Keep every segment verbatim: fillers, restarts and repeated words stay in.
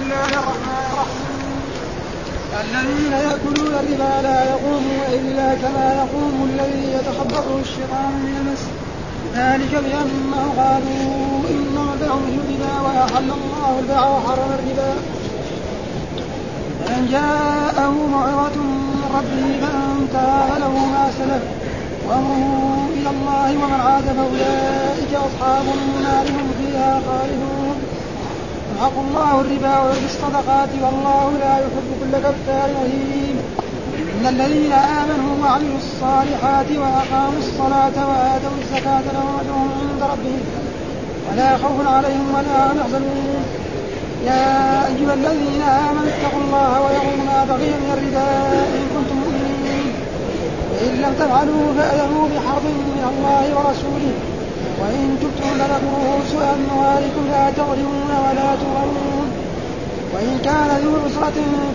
الله الرحمن الرحيم. الذين يأكلون الربا لا يقومون إلا كما يقوم الذي يتخبطه الشيطان من المس، ذلك بأنه قالوا إنما البيع مثل الربا وأحل الله البيع وحرم الربا. فمن جاءه موعظة من ربه فانتهى فله ما سلف وأمره إلى الله ومن عاد فأولئك أصحاب النار هم فيها خالدون. يمحق الله الربا ويربي الصدقات والله لا يحب كل كفار أثيم. إن الذين آمنوا وعملوا الصالحات وأقاموا الصلاة وآتوا الزكاة لهم أجرهم عند ربهم ولا خوف عليهم ولا هم يحزنون. يا أيها الذين آمنوا اتقوا الله وذروا ما بقي من الربا إن كنتم مؤمنين، وإن لم تفعلوا فأذنوا بحرب من الله ورسوله وإن تبتم فلكم رؤوس أموالكم لا تظلمون ولا تظلمون، وإن كان ذو عسرة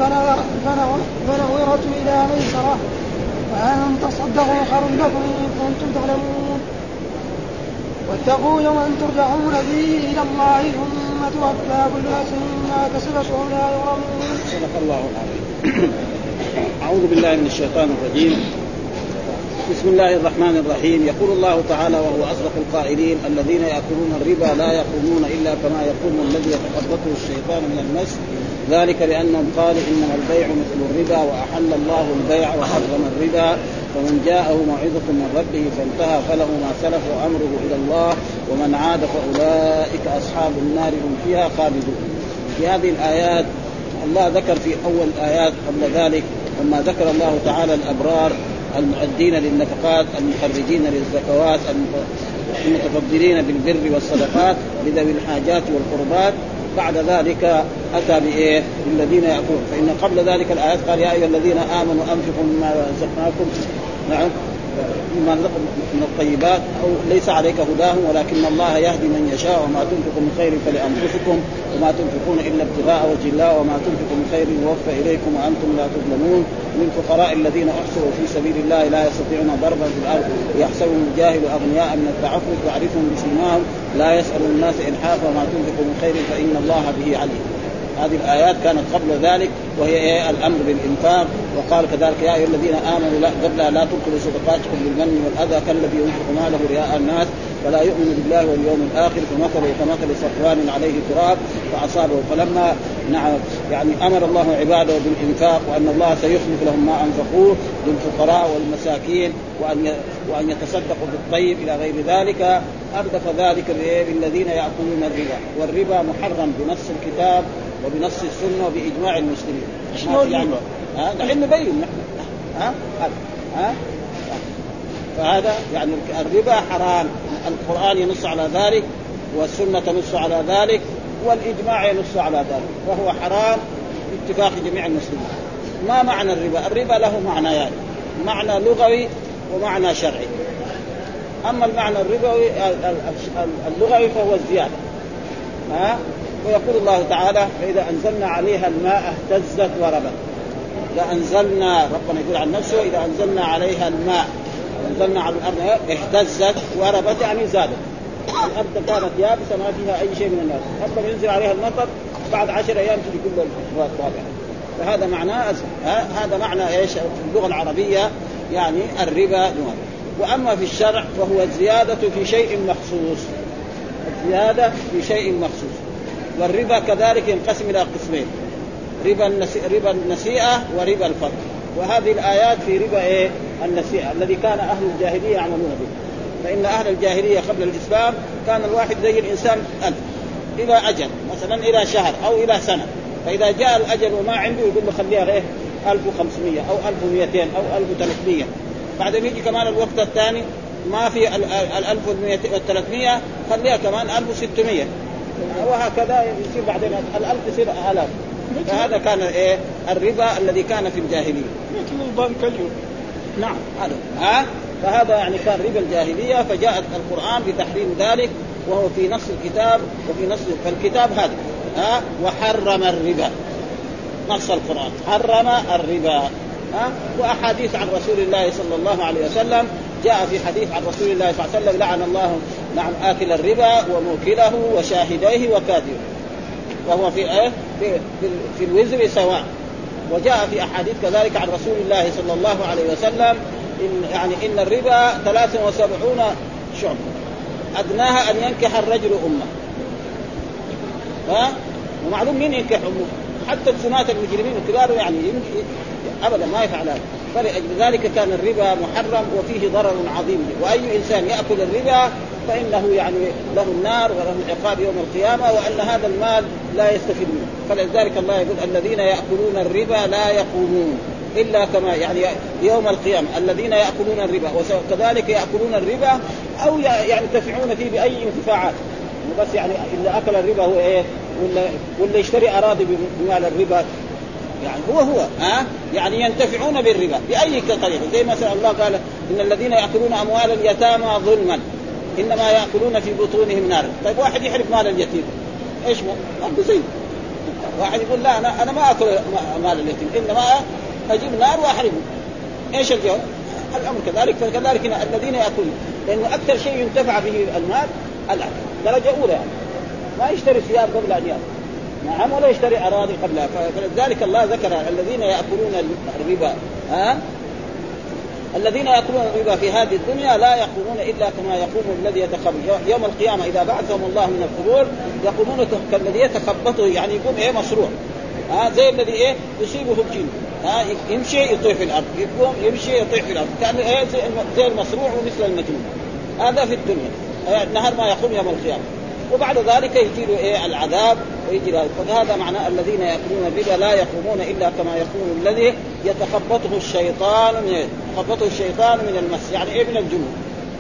فنظرة إلى ميسرة وأن تصدقوا خير لكم إن كنتم تعلمون. واتقوا يوما ترجعون فيه إلى الله ثم توفى كل نفس ما كسبت وهم لا يظلمون. صدق الله العظيم. أعوذ بالله من الشيطان الرجيم. بسم الله الرحمن الرحيم. يقول الله تعالى وهو أصدق القائلين: الذين يأكلون الربا لا يقومون إلا كما يقوم الذي يتخبطه الشيطان من المس، ذلك لأنهم قالوا إنما البيع مثل الربا وأحل الله البيع وحرم الربا. فمن جاءه موعظة من ربه فانتهى فله ما سلف وأمره إلى الله ومن عاد فأولئك أصحاب النار هم فيها خالدون. في هذه الآيات الله ذكر في أول الآيات قبل ذلك لما ذكر الله تعالى الأبرار المؤدين للنفقات المخرجين للزكوات المتفضلين بالبر والصدقات لذوي الحاجات والقربات، بعد ذلك أتى بإيه؟ الذين يأكلون. فإن قبل ذلك الآيات قال: يا أيها الذين آمنوا أنفقوا مما رزقناكم نعم مما رزقكم من الطيبات، أو ليس عليك هداهم ولكن الله يهدي من يشاء وما تنفقوا من خير فلأنفسكم وما تنفقون إلا ابتغاء وجه الله وما تنفقوا من خير يوفى إليكم وأنتم لا تظلمون. للفقراء الذين أحصروا في سبيل الله لا يستطيعون ضربا في الأرض يحسبهم الجاهل أغنياء من التعفف يعرفهم بسيماهم لا يسأل الناس إلحافا وما تنفقوا من خير فإن الله به عليم. هذه الآيات كانت قبل ذلك وهي إيه؟ الأمر بالإنفاق. وقال كذلك: يا أيها الذين آمنوا لا قبل لا تبطلوا صدقاتكم بالمن والأذى كالذي ينفق ماله رياء الناس ولا يؤمن بالله واليوم الآخر فمثله كمثل صفوان عليه تراب فأصابه. فلما نعم يعني أمر الله عباده بالإنفاق وأن الله سيخلف لهم ما أنفقوه للفقراء والمساكين وأن وأن يتصدقوا بالطيب إلى غير ذلك، أردف ذلك بالذين يأكلون الربا. والربا محرم بنص الكتاب وبنص السنة وبإجماع المسلمين. يعني ها نحن نبين نحن ها ها فهذا يعني الربا حرام. القرآن ينص على ذلك والسنة تنص على ذلك والإجماع ينص على ذلك، وهو حرام باتفاق جميع المسلمين. ما معنى الربا؟ الربا له معنيان، يعني معنى لغوي ومعنى شرعي. أما المعنى الربوي اللغوي فهو الزيادة. ها ويقول الله تعالى: فإذا أنزلنا عليها الماء اهتزت وربت. إذا أنزلنا ربنا يقول عن نفسه: إذا أنزلنا عليها الماء أنزلنا على الأرض اهتزت وربت، يعني زادت. الأرض كانت يابسة ما فيها أي شيء من الناس، ربنا ينزل عليها المطر بعد عشر أيام تجي كل الأخبار طابعة. فهذا معناه أزل. هذا معنى إيش في اللغة العربية يعني الربا. وأما في الشرع فهو الزيادة في شيء مخصوص، الزيادة في شيء مخصوص. والربا كذلك ينقسم إلى قسمين: ربا ربا النسيئة وربا الفضل. وهذه الآيات في ربا إيه؟ النسيئة الذي كان أهل الجاهلية يعملون به. فإن أهل الجاهلية قبل الإسلام كان الواحد زي الإنسان ألف إلى أجل، مثلا إلى شهر أو إلى سنة، فإذا جاء الأجل وما عنده يقول له خليها إيه ألف وخمسمية أو ألف ومئتين أو ألف وثلاثمية. بعدين يجي كمان الوقت الثاني ما في الألف والثلاثمية، خليها كمان ألف وستمية، وهكذا يصير بعدين الألف يصير آلاف. فهذا كان إيه الربا الذي كان في الجاهلية. مثل البنك اليوم. نعم هذا ها فهذا يعني كان ربا الجاهلية. فجاءت القرآن بتحريم ذلك وهو في نص الكتاب وفي نص فالكتاب هذا ها وحرم الربا. نص القرآن حرم الربا. ها وأحاديث عن رسول الله صلى الله عليه وسلم جاء في حديث عن رسول الله صلى الله عليه وسلم: لعن الله نعم آكل الربا وموكله وشاهديه وكاتبه. وهو في إيه في, في, في الوزر سواء. وجاء في أحاديث كذلك عن رسول الله صلى الله عليه وسلم إن يعني إن الربا ثلاث وسبعون شعب أدناها أن ينكح الرجل أمه. ها ومعلوم مين ينكح أمه؟ حتى الزناة المجرمين الكبار يعني أبدا ما يفعل هذا. فلأجل ذلك كان الربا محرم وفيه ضرر عظيم، وأي إنسان يأكل الربا فإنه يعني له النار وله العقاب يوم القيامة، وأن هذا المال لا يستفيد منه. فلذلك الله يقول الذين يأكلون الربا لا يقومون إلا كما يعني يوم القيامة الذين يأكلون الربا، وكذلك يأكلون الربا أو يعني ينتفعون فيه بأي انتفاعات، بس يعني اللي أكل الربا هو إيه ولا ولا يشتري أراضي بمال الربا يعني هو هو ها يعني ينتفعون بالربا بأي طريقة. زي مثلا الله قال إن الذين يأكلون أموال اليتامى ظلما إنما يأكلون في بطونهم نارا. طيب واحد يحرق مال اليتيم إيش مو زين؟ واحد يقول لا أنا أنا ما أكل مال اليتيم إنما أجيب نار وأحرقه. إيش الجواب؟ الأمر كذلك. فكذلك الذين يأكلون لأنه أكثر شيء ينتفع به المال الأكل درجة أولى يعني. ما يشتري ثياب قبل أن يأكل نعم ولا يشتري أراضي قبلها. فلذلك الله ذكر الذين يأكلون الربا ها الذين يأكلون الربا في هذه الدنيا لا يقومون إلا كما يقوم الذي يتخبط يوم القيامة إذا بعثهم الله من القبور يقومون كالذي يتخبطه يعني يقوم إيه مصروع ها زي الذي إيه يصيبه الجن ها يمشي يطيح في الأرض يقوم يمشي يطيح في الأرض كأنه إيه زي المصروع ومثل المجنون. هذا في الدنيا نهار ما يقوم يوم القيامة، وبعد ذلك يجي له إيه العذاب ويجي له. فهذا معناه الذين يأكلون الربا لا يقومون إلا كما يقوم الذي يتخبطه الشيطان من يتخبطه الشيطان من المس يعني إيه من الجنون.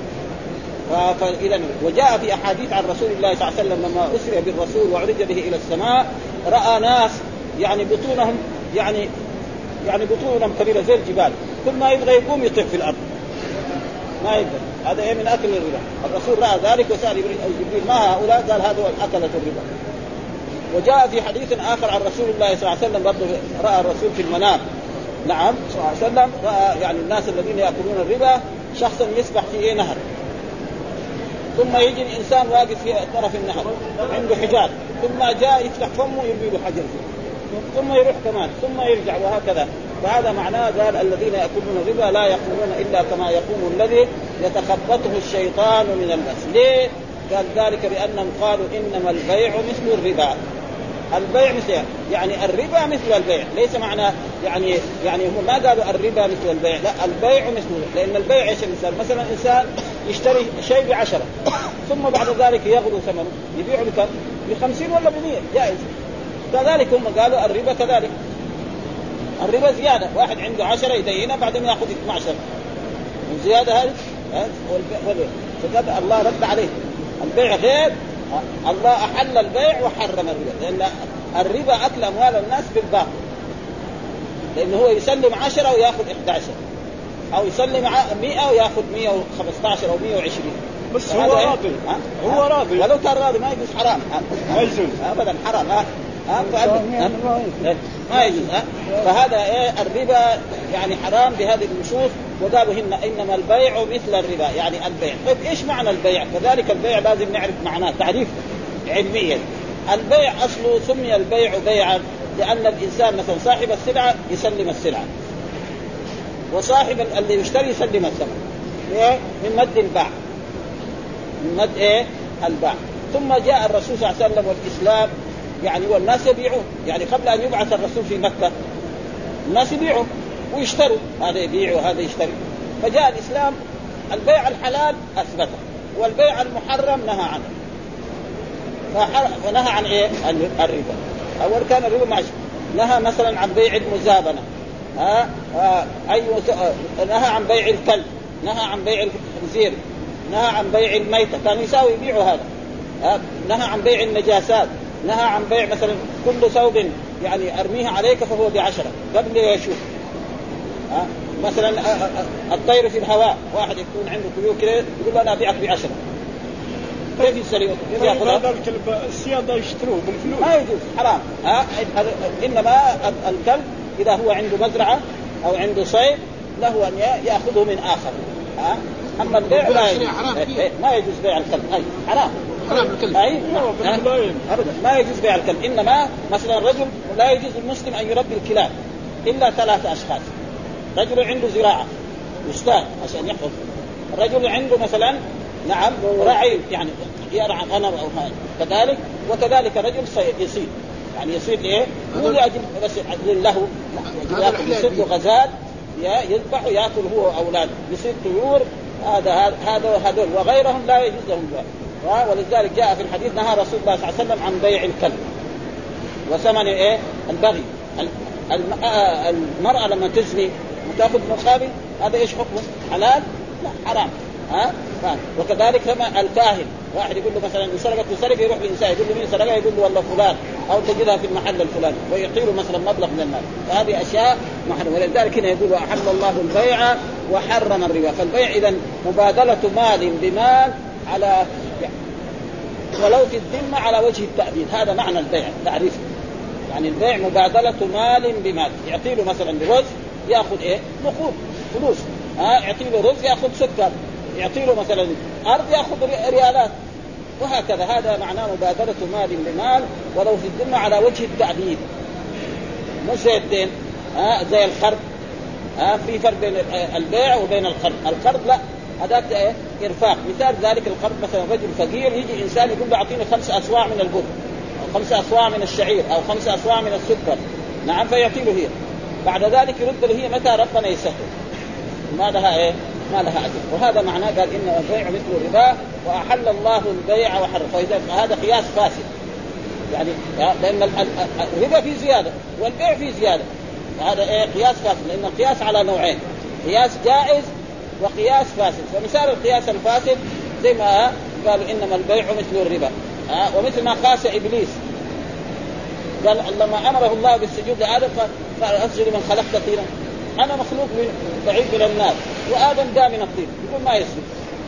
فإذا وجاء في أحاديث عن رسول الله صلى الله عليه وسلم لما أسري بالرسول وعرج به إلى السماء رأى ناس يعني بطونهم يعني يعني بطونهم كبيرة زي الجبال كل ما يبغى يقوم يطيح في الأرض ما يقدر. هذا إيه من أكل الربا. الرسول رأى ذلك وسأل جبريل ما هؤلاء؟ قال هذا أكلة الربا. وجاء في حديث آخر عن رسول الله صلى الله عليه وسلم برضه رأى الرسول في المنام نعم صلى الله عليه وسلم رأى يعني الناس الذين يأكلون الربا شخصا يسبح في إيه نهر ثم يجي الإنسان واقف في طرف النهر عنده حجار ثم جاء يفتح فمه يرمي له حجر ثم يروح كمان ثم يرجع وهكذا. فهذا معناه قال الذين يأكلون الربا لا يقومون إلا كما يقوم الذي يتخبطه الشيطان من المس. ليه؟ قال ذلك بأنهم قالوا إنما البيع مثل الربا. البيع مثل يعني الربا مثل البيع ليس معنى يعني يعني هم ما قالوا الربا مثل البيع لا البيع مثل لأن البيع ايش الإنسان مثلا إنسان يشتري شيء بعشرة ثم بعد ذلك يغلو ثمنه يبيعه بكم بخمسين ولا بمية جائز. كذلك هم قالوا الربا كذلك الربا زيادة واحد عنده عشرة يدينه بعدين يأخذ اثني عشر وزيادة هذه فقد الله رد عليه. البيع غير الله أحل البيع وحرم الربا لأن الربا أكل أموال الناس بالباطل لأنه هو يسلم عشرة ويأخذ إحدى عشر أو يسلم مئة ويأخذ مئة وخمسة عشر أو مئة وعشرين بس هو راضي هو راضي ولو كان راضي ما يجوز حرام ما يجوز أبدا حرام ها ما يجوز. فهذا إيه الربا يعني حرام بهذه النصوص. وقالوا هن إنما البيع مثل الربا يعني البيع. طيب إيش معنى البيع؟ كذلك البيع لازم نعرف معناه تعريف علميا. البيع أصله سمي البيع بيعا لأن الإنسان مثلا صاحب السلعة يسلم السلعة وصاحب اللي يشتري يسلم الثمن إيه من مد الباع من مد إيه الباع. ثم جاء الرسول صلى الله عليه وسلم والإسلام يعني والناس يبيعون يعني قبل أن يبعث الرسول في مكة الناس يبيعوا ويشتروا هذا يبيع وهذا يشتري. فجاء الإسلام البيع الحلال أثبته والبيع المحرم نهى عنه. فنهى عن إيه الربا. أول كان الربا ماشي نهى مثلا عن بيع المزابنة ها آه أي نهى عن بيع الكلب نهى عن بيع الخنزير نهى عن بيع الميتة كان يساوي يبيعوا هذا آه نهى عن بيع النجاسات نهى عن بيع مثلا كل ثوب يعني أرميها عليك فهو بعشرة قبل يشوف ها مثلا الطير في الهواء واحد يكون عنده طيور كده يقول أنا أبيعك بعشرة كيف يسلم كيف يأخذها؟ هذا الكلب السيادة يشتروه بالفلوس ما يجوز حرام ها إنما الكلب إذا هو عنده مزرعة أو عنده صيد له أن يأخذه من آخر ها أما البيع لا يجوز ما يجوز بيع الكلب أي حرام حرام الكلب. أي أبدا ما يجوز بيع الكلب. إنما مثلا رجل لا يجوز المسلم أن يربي الكلاب إلا ثلاثة أشخاص. رجل عنده زراعة يشتغل عشان يحفظ، رجل عنده مثلا نعم راعي يعني يرعى غنم أو هذا كذلك، وكذلك رجل يصيد يعني يصيد إيه مو لأجل بس أجل له يأكل يصيد غزال يذبح ويأكل هو وأولاده، يصيد طيور هذا هذا هذول وغيرهم لا يجوز لهم ذلك. ولذلك جاء في الحديث نهى رسول الله صلى الله عليه وسلم عن بيع الكلب وثمن إيه البغي. المرأة لما تزني وتأخذ مقابل هذا إيش حكمه؟ حلال؟ لا حرام. ها وكذلك كما الكاهن واحد يقول له مثلا إن سرقت سرقة يروح لإنسان يقول له مين سرقها يقول له والله فلان أو تجدها في المحل الفلاني ويعطي له مثلا مبلغ من المال، فهذه أشياء محرمة. ولذلك هنا يقول أحل الله البيع وحرم الربا. فالبيع إذن مبادلة مال بمال على ولو في الذمة على وجه التأبيد، هذا معنى البيع تعريف. يعني البيع مبادلة مال بمال، يعطي له مثلا رز يأخذ إيه نقود فلوس، ها يعطي له رز يأخذ سكر، يعطي له مثلا أرض يأخذ ريالات، وهكذا. هذا معناه مبادلة مال بمال ولو في الذمة على وجه التعبيد، مو زي الدين ها زي القرض. ها في فرق بين البيع وبين القرض. القرض لا هذا إيه إرفاق. مثال ذلك القرض مثلا رجل فقير يجي إنسان يقول له أعطيني خمس أصواع من البر أو خمس أصواع من الشعير أو خمس أصواع من السكر، نعم فيعطي له هي، بعد ذلك يرد له هي متى ربنا يسهل، ما لها إيه ما لها أجر. وهذا معناه قال إن البيع مثل الربا وأحل الله البيع وحرم. فإذا هذا قياس فاسد، يعني لأن الربا فيه زيادة والبيع فيه زيادة، هذا إيه قياس فاسد. لأن القياس على نوعين، قياس جائز وقياس فاسد. فمثال القياس الفاسد زي ما قالوا إنما البيع مثل الربا، ومثل ما قاس إبليس قال لما أمره الله بالسجود لآدم قال أسجد من خلقت طينا، أنا مخلوق من بعيد من النار وآدم جاء من الطين، يقول ما يسجد،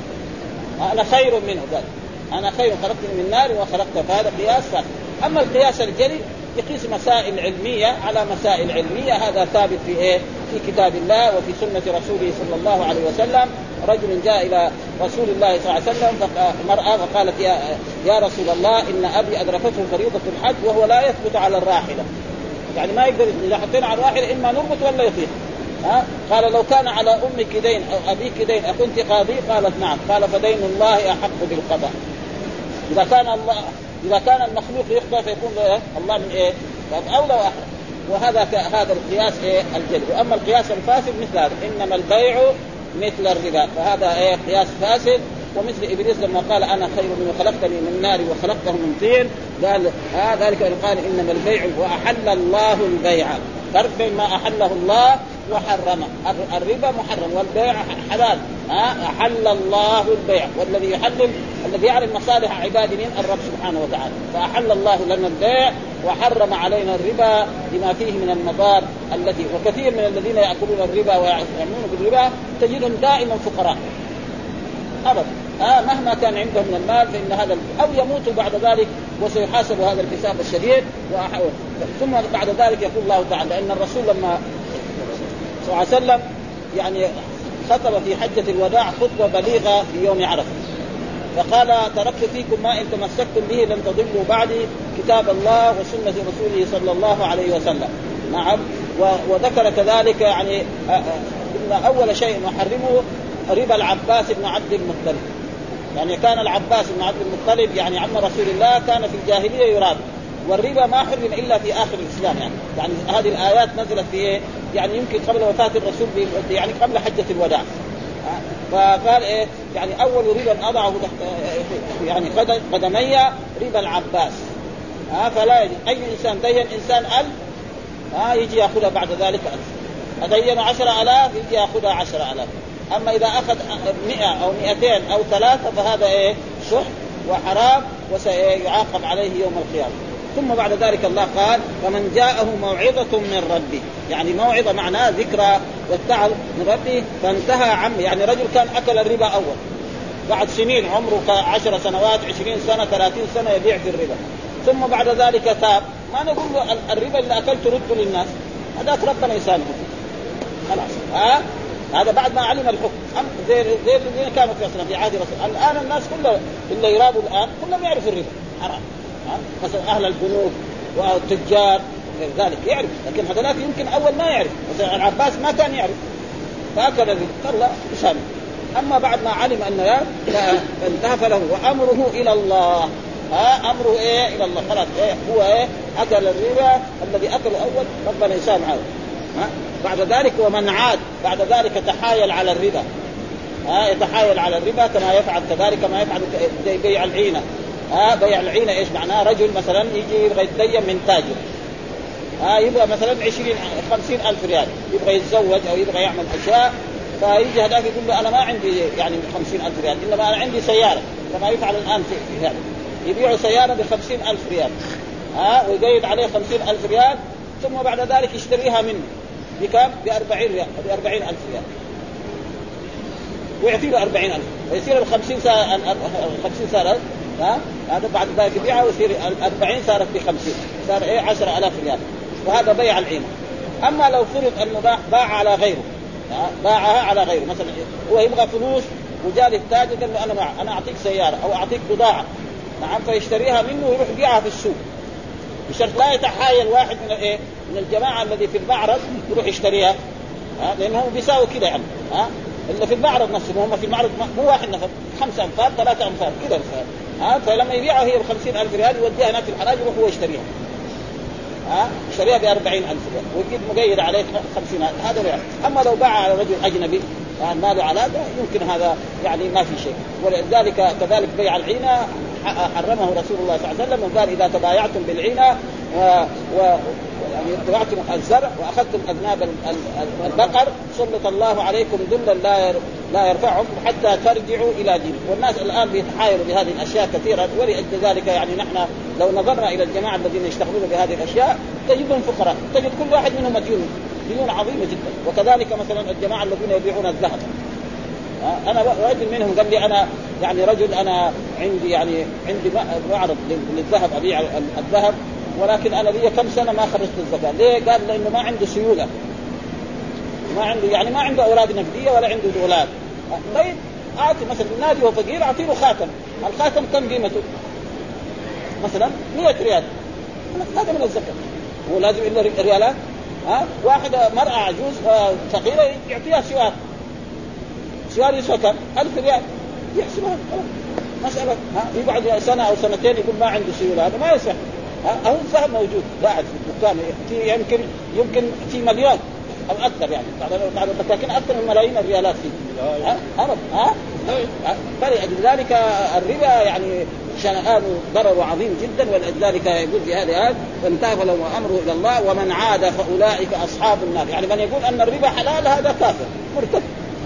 أنا خير منه، قال أنا خير خلقتني من نار وخلقته، فهذا قياس فاسد. أما القياس الجلي يقيس مسائل علمية على مسائل علمية، هذا ثابت في إيه في كتاب الله وفي سنة رسوله صلى الله عليه وسلم. رجل جاء إلى رسول الله صلى الله عليه وسلم مرأة فقالت يا, يا رسول الله إن أبي أدركته فريضة الحج وهو لا يثبت على الراحلة، يعني ما يقدر إذا حطينا على الراحلة إما نربط ولا يطير. ها؟ قال لو كان على أمك دين أو أبيك دين أكنت قاضي؟ قالت نعم. قال فدين الله أحق بالقضاء. إذا كان الله إذا كان المخلوق يخطئ فيكون الله من إيه أولى وأحق. وهذا هذا القياس إيه الجلي. وأما القياس الفاسد مثل هذا إنما البيع مثل الربا، فهذا إيه قياس فاسد. ومثل إبليس لما قال أنا خير منه خلقتني من نار وخلقته من طين، قال هذا ذلك قال إنما البيع وأحل الله البيع. فرق بين ما أحله الله وحرمه، الربا محرم والبيع حلال. أحل الله البيع، والذي يحلل الذي يعرف مصالح عباده من الرب سبحانه وتعالى. فأحل الله لنا البيع وحرم علينا الربا لما فيه من المضار التي، وكثير من الذين يأكلون الربا ويعملون بالربا تجدهم دائما فقراء أبدا، آه مهما كان عندهم من المال فإن هذا أو يموتوا بعد ذلك وسيحاسب هذا الحساب الشديد. ثم بعد ذلك يقول الله تعالى أن الرسول لما صلى الله عليه وسلم يعني خطب في حجة الوداع خطبة بليغة في يوم عرفة، فقال تركت فيكم ما إن تمسكتم به لن تضلوا بعدي كتاب الله وسنة رسوله صلى الله عليه وسلم. نعم. وذكر كذلك يعني إن أول شيء نحرمه ربا العباس بن عبد المطلب. يعني كان العباس بن عبد المطلب يعني عم رسول الله كان في الجاهلية يراد، والربا ما حرم إلا في آخر الإسلام. يعني يعني هذه الآيات نزلت في يعني يمكن قبل وفاة الرسول يعني قبل حجة الوداع. فقال إيه يعني أول ربا أضعه تحت يعني قدمي ربا العباس. ها فلا يجب أي إنسان دين إنسان ألف ها يجي يأخذها بعد ذلك ألف، أدين عشر ألاف يجي يأخذها عشر ألاف. أما إذا أخذ مئة أو مئتين أو ثلاثة فهذا إيه سحت وحرام وسيعاقب عليه يوم القيامة. ثم بعد ذلك الله قال فمن جاءه موعظة من ربه، يعني موعظة معناه ذكرى والتعظ من ربه فانتهى عنه. يعني رجل كان أكل الربا أول بعد سنين عمره عشر سنوات عشرين سنة ثلاثين سنة يبيع في الربا، ثم بعد ذلك تاب، ما نقول له الربا اللي أكلت رده للناس، هذاك ربنا يسامحه خلاص. ها هذا بعد ما علم الحكم. زي زي الذين كانوا في أصلا في عهد رسول. الآن الناس كلها اللي يرابوا الآن كلهم يعرفوا الربا حرام. مثلا أهل البنوك والتجار ذلك يعرف، لكن هذا يمكن أول ما يعرف. مثلا العباس ما كان يعرف فأكل الربا قال لا إشان. أما بعد ما علم أن لا فانتهى فله وأمره إلى الله. ها أمره إيه إلى الله خلاص. إيه هو إيه أكل الربا الذي أكله أول ربنا يسامحه. ها بعد ذلك ومن عاد بعد ذلك تحايل على الربا. ها يتحايل على الربا كما يفعل كذلك كما يفعل بيع العينة. ها بيع العينة إيش معناه؟ رجل مثلا يجي يبغى يتدين من تاجر. ها يبغى مثلا عشرين خمسين ألف ريال يبغى يتزوج أو يبغى يعمل أشياء، فيجي هذاك يقول له أنا ما عندي يعني خمسين ألف ريال إنما أنا عندي سيارة كما يفعل الآن في هذا يبيعوا سيارة بخمسين ألف ريال. ها ويقيد عليه خمسين ألف ريال ثم بعد ذلك يشتريها منه بكم؟ بأربعين ريال بأربعين ألف ريال ويعطي له أربعين ألف ويصير الخمسين سنة الخمسين سنة. ها هذا بعد ذلك يبيعها ويصير الأربعين صارت بخمسين صار إيه عشرة آلاف ريال. وهذا بيع العينة. أما لو فرض أنه باع على غيره باعها على غيره مثلا هو يبغى فلوس وجاء التاجر قال له أنا مع أنا أعطيك سيارة أو أعطيك بضاعة نعم فيشتريها منه ويروح يبيعها في السوق بشرط لا يتحايل واحد من الايه من الجماعه الذي في المعرض يروح يشتريها. ها لانه بيساوي كده يعني. ها اللي في المعرض نفسه هم في المعرض مو واحد نفر خمسة أنفار ثلاثة أنفار كده. ها فلما يبيعها هي بخمسين ألف ريال يوديها هناك في الحراج يروح هو يشتريها. ها يشتريها بأربعين ألف ريال ويجيب مقيد عليه خمسين ألف هذا ريال. أما لو باع على رجل أجنبي يعني ما له علاقة يمكن هذا يعني ما في شيء. ولذلك كذلك بيع العينة حرمه رسول الله صلى الله عليه وسلم وقال إذا تبايعتم بالعينة و... و... يعني تبعتم الزرع وأخذتم أذناب البقر سلط الله عليكم ذلا لا لا يرفعكم حتى ترجعوا إلى دينكم. والناس الآن بيتحايلوا بهذه الأشياء كثيرا ولأجل ذلك يعني نحن لو نظرنا إلى الجماعة الذين يشتغلون بهذه الأشياء تجدهم فقراء تجد كل واحد منهم مديون ديون عظيمة جدا. وكذلك مثلا الجماعة الذين يبيعون الذهب. أنا رجل منهم قال لي أنا يعني رجل أنا عندي يعني عندي معرض للذهب أبيع الذهب ولكن أنا لي كم سنة ما خرجت الزكاة. ليه؟ قال لأنه ما عنده سيولة ما عنده يعني ما عنده أولاد نقدية ولا عنده أولاد. طيب أعطي مثلا نادي وفقير أعطيه خاتم. الخاتم كم قيمته؟ مثلا مئة ريال هذا من الزكاة. هو لازم إلا ريالات. ها واحدة مرأة عجوز فقيرة يعطيها سوار سوار يسوى كم؟ ألف ريال يحسبها مسألة. ها يقعد سنة أو سنتين يقول ما عنده سيولة هذا ما يصح. ها هو الذهب موجود قاعد في الدكان يمكن يمكن في مليون أو أكثر يعني بعد لكن أكثر من ملايين الريالات فيه. ها ها ها فلذلك الربا يعني شنآن ضرر عظيم جدا. ولذلك يقول في هذه الآية فانتهى فله أمره إلى الله ومن عاد فأولئك أصحاب النار. يعني من يقول أن الربا حلال هذا كافر مرتد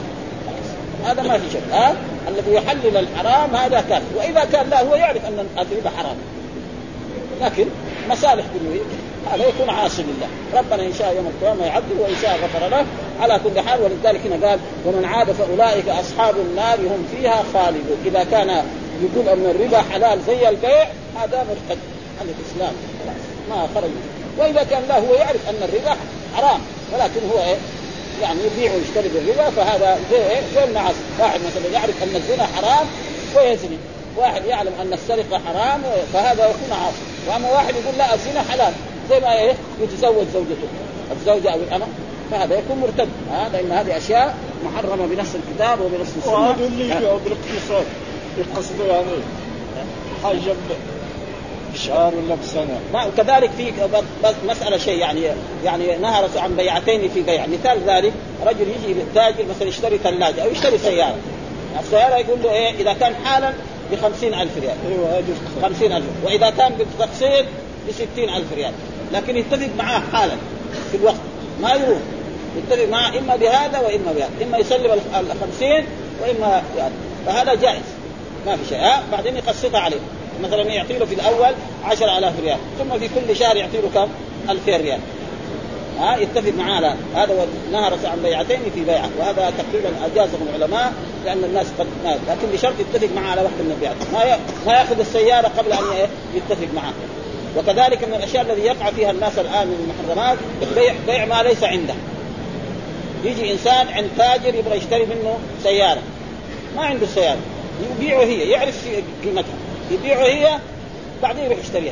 هذا ما في شيء. ها الذي يحلل الحرام هذا كافر. وإذا كان لا هو يعرف أن الربا حرام لكن مصالح كله هذا يكون عاصي لله. ربنا إن شاء يوم القيامة يعذب وإن شاء غفر له على كل حال. ولذلك هنا قال ومن عاد فأولئك أصحاب النار هم فيها خالدون. إذا كان يقول أن الربا حلال زي البيع هذا مرتد عن الإسلام ما خرج. وإذا كان لا هو يعرف أن الربا حرام ولكن هو إيه يعني يبيع ويشتري بالربا فهذا زي إيه زي النعاس. واحد مثلا يعرف أن الزنا حرام ويزني. واحد يعلم أن السرقة حرام فهذا يكون عاصي. وأما واحد يقول لا الزنا حلال زي ما إيه يتزوج زوجته الزوجة أو الأمة فهذا يكون مرتد. هذا إن هذه أشياء محرمة بنص الكتاب وبنص السنة. وهذا اللي يبيعوا بالاقتصاد يقصدوا يعني حاجة بشهر ولا بسنة. ما وكذلك في مسألة شيء يعني يعني نهى رسول عن بيعتين في بيع. مثال ذلك رجل يجي للتاجر مثلا يشتري ثلاجة أو يشتري سيارة. السيارة يقول له إيه إذا كان حالا بخمسين ألف ريال. أيوة هذا خمسين ألف. وإذا كان بالتقسيط بستين ألف ريال. لكن يتفق معاه حالا في الوقت ما يروح يتفق معاه إما بهذا وإما بهذا إما يسلم الخمسين وإما يعني. فهذا جائز ما في شيء. ها بعدين يقسطها عليه مثلا يعطي له في الأول عشر آلاف ريال ثم في كل شهر يعطي له كم ألفين ريال. ها يتفق معاه. هذا نهى رسول عن بيعتين في بيعة. وهذا تقريبا أجازه العلماء لأن الناس قد ما لكن بشرط يتفق معاه على واحدة من البيعات ما ما يأخذ السيارة قبل أن يتفق معاه. وكذلك من الأشياء الذي يقع فيها الناس الآن من المحرمات بيع بيع ما ليس عنده. يجي إنسان عند تاجر يبغى يشتري منه سيارة، ما عنده السيارة، يبيعه هي، يعرف قيمتها، يبيعه هي بعدين يروح يشتريها.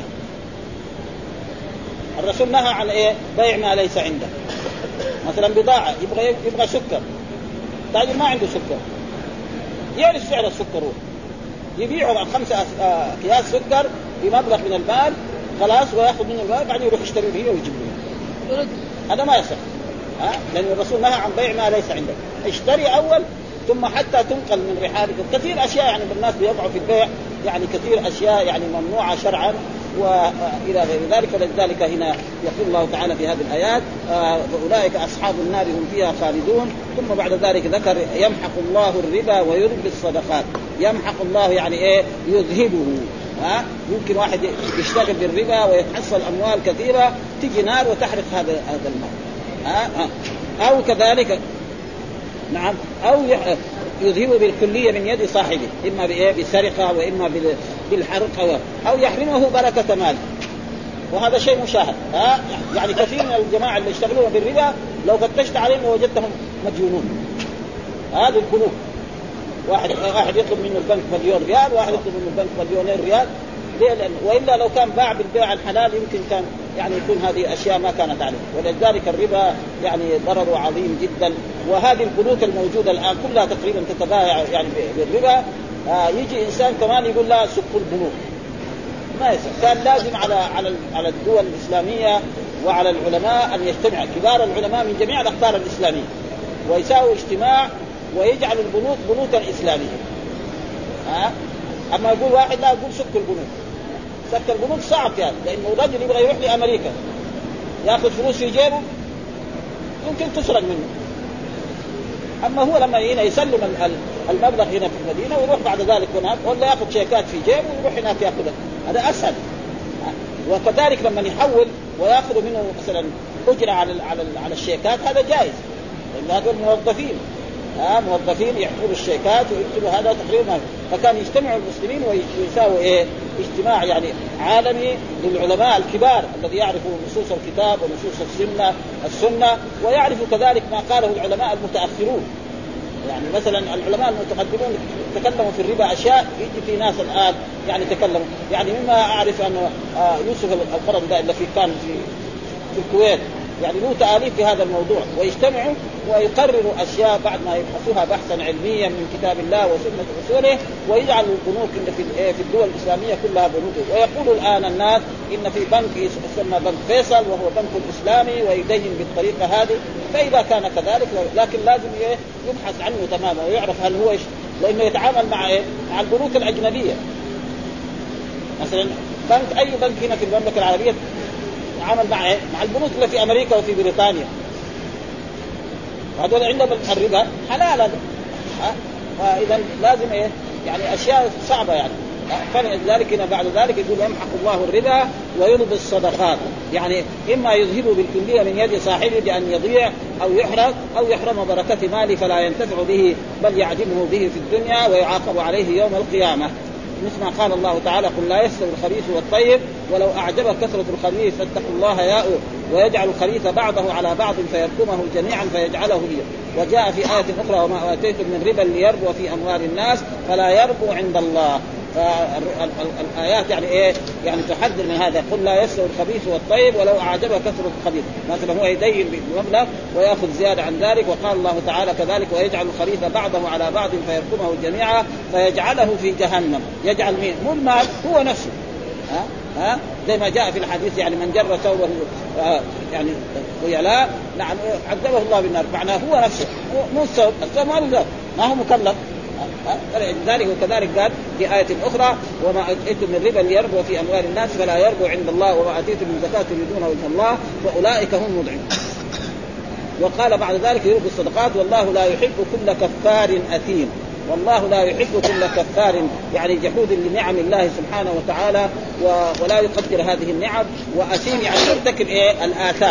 الرسول نهى عن إيه؟ بيع ما ليس عنده. مثلا بضاعة يبغى يبغى سكر، تاجر ما عنده سكر، يعرف سعر السكر هو، يبيعه خمسة أكياس سكر بمبلغ من المال خلاص، ويأخذ منه المال بعدين يروح يشتري هي ويجيب له. هذا ما يصح، ها؟ لأن الرسول نهى عن بيع ما ليس عندك. اشتري أول ثم حتى تنقل من رحالك. كثير أشياء يعني الناس بيقعوا في البيع، يعني كثير أشياء يعني ممنوعة شرعا وإلى غير ذلك. ولذلك هنا يقول الله تعالى في هذه الآيات فأولئك أصحاب النار هم فيها خالدون. ثم بعد ذلك ذكر يمحق الله الربا ويربي الصدقات. يمحق الله يعني إيه؟ يذهبه. ها؟ يمكن واحد يشتغل بالربا ويتحصل أموال كثيرة، تيجي نار وتحرق هذا هذا المال. ها؟ أو كذلك نعم أو يذهب بالكلية من يد صاحبه، إما بسرقة وإما بالحرق أو, أو يحرمه بركة ماله. وهذا شيء مشاهد. ها؟ يعني كثير من الجماعة اللي يشتغلون بالربا لو فتشت عليهم ووجدتهم مديونون. هذا البنوك، واحد واحد يطلب منه البنك مليون ريال، واحد يطلب منه البنك مليونين ريال. ليه؟ لأن وإلا لو كان باع بالبيع الحلال يمكن كان يعني يكون هذه أشياء ما كانت عليه. ولذلك الربا يعني ضرره عظيم جدا. وهذه البنوك الموجودة الآن كلها تقريبا تتبايع يعني بالربا. آه يجي إنسان كمان يقول لا سقوا البنوك، ما يصير. كان لازم على على على الدول الإسلامية وعلى العلماء أن يجتمع كبار العلماء من جميع الأقطار الإسلامية ويساووا اجتماع ويجعلوا البنوك بنوكا إسلامية. ها؟ أما يقول واحد لا يقول سك البنوك، سك البنوك صعب يعني، لأنه رجل يبغى يروح لأمريكا يأخذ فلوس في جيبه يمكن تسرق منه. أما هو لما هنا يسلم المبلغ هنا في المدينة ويروح بعد ذلك هناك، ولا يأخذ شيكات في جيبه ويروح هناك يأخذها، هذا أسهل. وكذلك لما يحول ويأخذ منه مثلا أجرة على على على الشيكات هذا جائز، لأن هذول موظفين ها موظفين يحفظوا الشيكات ويكتبوا هذا تقريبا. فكان يجتمعوا المسلمين ويساووا ايه اجتماع يعني عالمي للعلماء الكبار الذي يعرفوا نصوص الكتاب ونصوص السنة السنة ويعرفوا كذلك ما قاله العلماء المتأخرون. يعني مثلا العلماء المتقدمون تكلموا في الربا أشياء يجي في ناس الآن يعني تكلموا. يعني مما أعرف أن يوسف القرضي اللي كان في في الكويت يعني له تآليف في هذا الموضوع، ويجتمعوا ويقرروا أشياء بعد ما يبحثوها بحثا علميا من كتاب الله وسنة رسوله، ويجعلوا البنوك في الدول الإسلامية كلها بنوك. ويقول الآن الناس إن في بنك يسمى بنك فيصل وهو بنك إسلامي ويدين بالطريقة هذه. فإذا كان كذلك لكن لازم يبحث عنه تماما ويعرف هل هو إيش، لأنه يتعامل مع إيه؟ مع البنوك الأجنبية. مثلا بنك أي بنك هنا في المملكة العربية عمل مع إيه؟ مع البنوك اللي في أمريكا وفي بريطانيا، هذول عندهم الربا حلالا. فإذا لازم إيه يعني أشياء صعبة يعني. فلذلك هنا بعد ذلك يقول يمحق الله الربا ويربي الصدقات. يعني إما يذهب بالكلية من يد صاحبه بأن يضيع أو يحرق أو يحرم بركة ماله فلا ينتفع به بل يعدمه به في الدنيا ويعاقب عليه يوم القيامة. مثل ما قال الله تعالى قل لا يستوي الخبيث والطيب ولو أعجبك كثرة الخبيث فاتقوا الله يا أولي ويجعل الخبيث بعضه على بعض فيركمه جميعا فيجعله هي. وجاء في آية أخرى وما آتيتم من ربا ليربو في أموال الناس فلا يربو عند الله. فالآيات يعني إيه يعني تحذر من هذا. قل لا يستوي الخبيث والطيب ولو أعجبك كثرة الخبيث. مثلا هو يدين بمبلغ ويأخذ زيادة عن ذلك. وقال الله تعالى كذلك ويجعل الخبيث بعضه على بعض فيركمه جميعا فيجعله في جهنم. يجعل مين؟ مو المال هو نفسه. ها ها زي ما جاء في الحديث يعني من جر ثوبه آه يعني خيلاء نعم عذبه الله بالنار. معناه هو نفسه مو الثوب، الثوب ما هو مكلف. ذلك وكذلك قال في آية أخرى وما أتيتم من ربا ليربو في أموال الناس فلا يربو عند الله وما أتيتم من زكاة تريدون وجه الله فأولئك هم المضعفون. وقال بعد ذلك يربو الصدقات والله لا يحب كل كفار أثيم. والله لا يحب كل كفار يعني جحود لنعم الله سبحانه وتعالى ولا يقدر هذه النعم وأثيم يعني يرتكب إيه الآثام.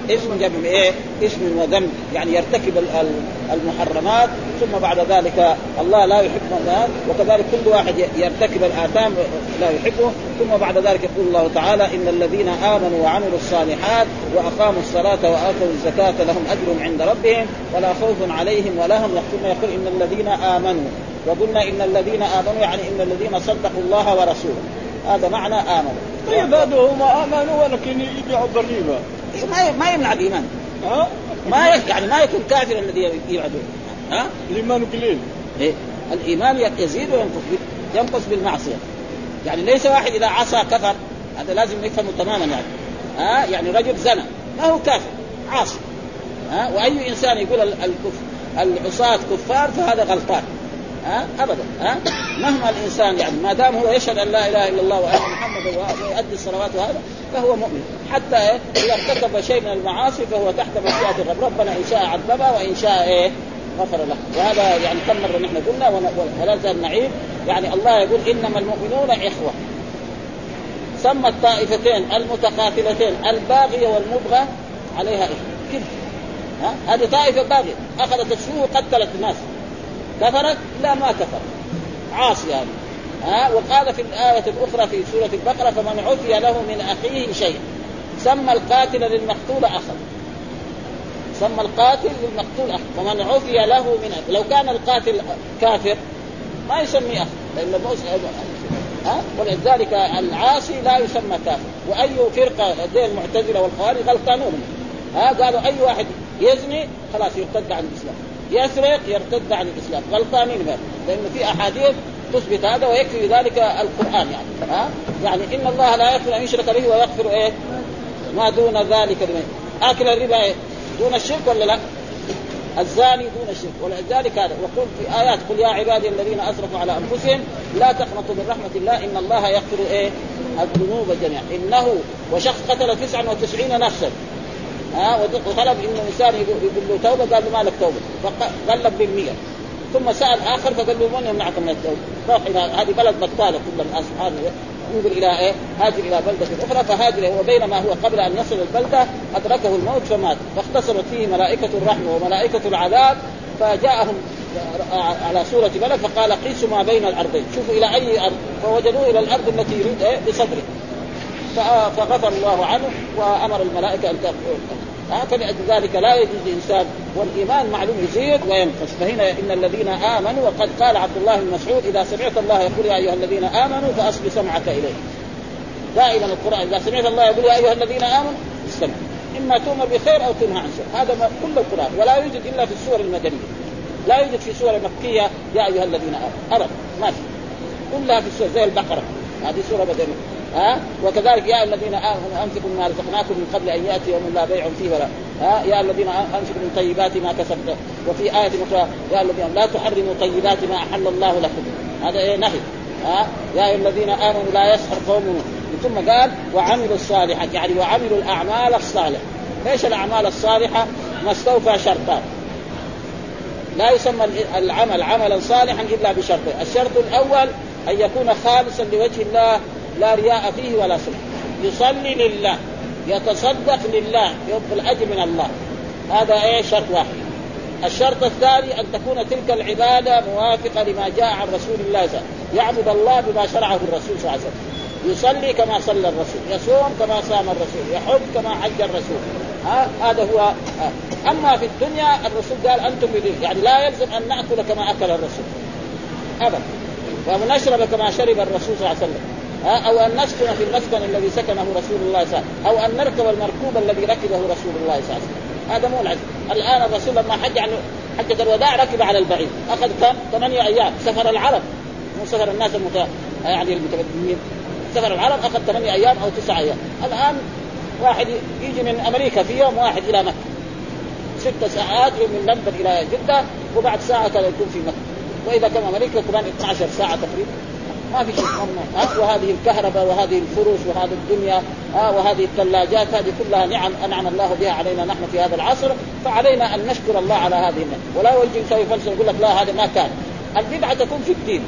اسم جمع إيه اسم وذنب، يعني يرتكب المحرمات ثم بعد ذلك الله لا يحب ذلك، وكذلك كل واحد يرتكب الآثام لا يحبه. ثم بعد ذلك يقول الله تعالى إن الذين آمنوا وعملوا الصالحات وأقاموا الصلاة وآتوا الزكاة لهم أجر عند ربهم ولا خوف عليهم ولا هم يحزنون. يقول إن الذين آمنوا، وقلنا إن الذين آمنوا يعني إن الذين صدقوا الله ورسوله، هذا معنى آمنوا. طيب هذا هم آمنوا ولكن يبيعوا بالربا، ما ما يمنع الإيمان، ها ما يعني ما يكون كافر الذي يبعده، ها الإيمان قليل. إيه؟ الإيمان يزيد وينقص، ينقص بالمعصية. يعني ليس واحد إذا عصى كفر، هذا لازم نفهمه تماما. يعني ها يعني رجل زنا ما هو كافر، عاصي. ها وأي إنسان يقول الكفر العصاة كفار فهذا غلطان، ها أبدا. ها مهما الإنسان يعني ما دام هو يشهد أن لا إله إلا الله وأن محمد ويؤدي الصلوات وهذا فهو مؤمن، حتى إيه إذا ارتكب شيء من المعاصي فهو تحت مشيئة الرب، ربنا إن شاء عذبه وإن شاء إيه غفر له. وهذا يعني كم مرة نحن قلنا ولا زال نعيد. يعني الله يقول إنما المؤمنون إخوة. سمى الطائفتين المتقاتلتين الباغية والمبغى عليها إخوة كده. ها هذه طائفة باغية أخذت السوء وقتلت الناس، كفرت لا ما كفر، عاصي يعني. ها وقال في الآية الأخرى في سورة البقرة فمن عفي له من أخيه شيء سمى القاتل للمقتول أخا، سمى القاتل للمقتول أخ. ومن عفي له من أخ، لو كان القاتل كافر ما يسمي أخ لأن الموسى. ها ولذلك العاصي لا يسمى كافر. وأي فرقة زي المعتزلة والخوارج غلطانون، ها قالوا أي واحد يزني خلاص يرتد عن الإسلام، يسرق يرتد عن الإسلام، غلطانين بها، لأن في أحاديث تثبت هذا ويكفي ذلك القرآن. يعني ها يعني إن الله لا يغفر أن يشرك به ويغفر إيه ما دون ذلك لمن. آكل الربا إيه؟ دون الشرك ولا لا؟ الزاني دون الشرك. ولذلك هذا وقل في آيات قل يا عبادي الذين أسرفوا على أنفسهم لا تقنطوا من رحمة الله إن الله يغفر إيه الذنوب جميعا إنه وشخص قتل تسعة وتسعين نفسا، ها وطلب إنه إنسان يقول له توبة قال له ما لك توبة فقلب بالمئة، ثم سأل آخر فقال له من يمنعك من التوبة؟ روح إلى هذه بلد بطالة كل الناس سبحانه ينظر إلى إيه هاجر إلى بلدة أخرى فهاجر. وبينما هو قبل أن يصل البلدة أدركه الموت فمات، فاختصرت فيه ملائكة الرحمة وملائكة العذاب فجاءهم على صورة ملك فقال قيسوا ما بين الأرضين، شوفوا إلى أي أرض، فوجدوه إلى الأرض التي يريد إيه بصدره فغفر الله عنه وأمر الملائكة أن تغفر. فلذلك لا يجوز الإنسان، والإيمان معلوم يزيد وينقص. فهنا إن الذين آمنوا، وقد قال عبد الله بن مسعود إذا سمعت الله يقول يا أيها الذين آمنوا فأصل سمعك إليه. دائما القرآن إذا سمعت الله يقول يا أيها الذين آمنوا استمع، إما تؤمر بخير أو تنهى عن شر. هذا كل القرآن، ولا يوجد إلا في السور المدنية، لا يوجد في سورة مكية يا أيها الذين آمنوا أبدا، ما في، كلها في السور زي البقرة هذه سورة مدنية. ها وكذلك يا الذين آمنوا أنفقوا مما رزقناكم من قبل أن يأتي يوم لا بيع فيه ولا ها يا الذين أنفقوا من طيبات ما كسبتم. وفي آية أخرى يا الذين لا تحرموا طيبات ما أحل الله لكم، هذا إيه نهي. ها يا الذين آمنوا لا يسخر قوم، ثم قال وعملوا الصالحات، يعني وعملوا الأعمال الصالحة. ايش الأعمال الصالحة؟ ما استوفى شرطان، لا يسمى العمل عملا صالحا إلا بشرطين. الشرط الأول أن يكون خالصا لوجه الله لا رياء فيه ولا سمعة، يصلي لله يتصدق لله يطلب الأجر من الله، هذا ايه شرط واحد. الشرط الثاني أن تكون تلك العبادة موافقة لما جاء عن رسول الله صلى الله عليه وسلم، يعبد الله بما شرعه الرسول صلى الله عليه وسلم، يصلي كما صلى الرسول، يصوم كما صام الرسول، يحج كما حج الرسول. هذا هو. أما في الدنيا الرسول قال أنتم بدين، يعني لا يلزم أن نأكل كما أكل الرسول أبدا، وأن نشرب كما شرب الرسول صلى الله عليه وسلم، أو أن نسكن في المسكن الذي سكنه رسول الله صلى الله عليه وسلم، أو أن نركب المركوب الذي ركبه رسول الله صلى الله عليه وسلم. هذا مو العزم. الآن الرسول لما حج عن حجة الوداع ركب على البعير، أخذ كم؟ ثمانية أيام. سفر العرب مو سفر الناس المت... يعني المتمدنين، سفر العرب أخذ ثمانية أيام أو تسعة أيام. الآن واحد يجي من أمريكا في يوم واحد إلى مكة ست ساعات من لندن إلى جدة، وبعد ساعة كان يكون في مكة، وإذا كان أمريكا كمان اثنتي عشرة ساعة تقريبا، ما في شيء ممنوع. وهذه الكهرباء وهذه الفروش وهذه الدنيا ها وهذه الثلاجات، هذه كلها نعم أنعم الله بها علينا نحن في هذا العصر، فعلينا أن نشكر الله على هذه النعمة. ولا يجي يسوي فلسفة يقول لك لا هذا ما كان. البدعة تكون في الدين.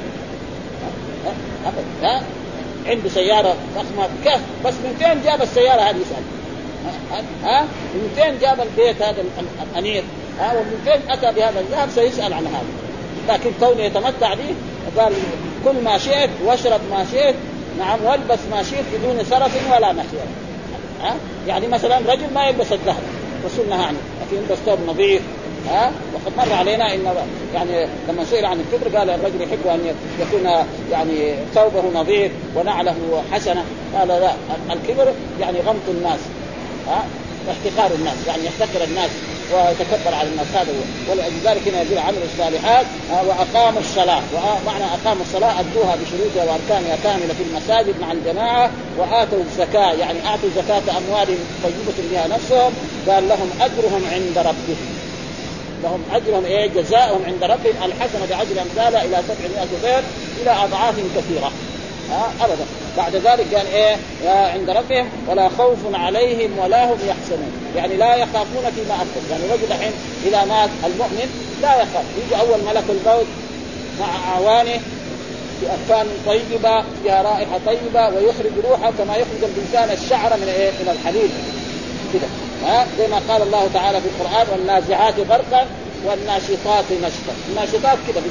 ها عنده سيارة ضخمة كيف بس من فين جاب السيارة هذه؟ يسأل ها من فين جاب البيت هذا الأمير ها ومن فين أتى بهذا الذهب سيسأل عن هذا. لكن كونه يتمتع به قال كل ما شئت واشرب ما شئت نعم والبس ما شئت بدون سرف ولا مخير. ها يعني مثلا رجل ما يلبس الذهب رسولنا عنه لكن يلبس ثوب نظيف. ها وقد مر علينا ان يعني لما سئل عن الكبر قال الرجل يحب ان يكون يعني ثوبه نظيف ونعله حسنه. قال لا الكبر يعني غمط الناس ها واحتقار الناس يعني يحتقر الناس ويتكبر على الناس هذا هو. ولذلك هنا يقول عملوا الصالحات واقاموا الصلاه ومعنى اقاموا الصلاه ادوها بشروطها واركانها كامله في المساجد مع الجماعه واتوا الزكاه يعني اعطوا زكاه اموالهم طيبه بها نفسهم. قال لهم اجرهم عند ربهم لهم أجرهم إيه جزاؤهم عند ربهم الحسنة بعشر أمثالها إلى سبعمائة ضعف إلى أضعاف كثيرة. ها أبدا. بعد ذلك قال إيه عند ربهم ولا خوف عليهم ولا هم يحزنون يعني لا يخافون فيما أكتب. يعني رجل الحين إذا مات المؤمن لا يخاف يجي أول ملك الموت مع أعوانه بأكفان طيبة فيها رائحة طيبة ويخرج روحه كما يخرج الإنسان الشعر من إيه من الحديد كده. ها زي ما قال الله تعالى في القرآن والنازعات غرقا والناشطات نشطا. الناشطات كده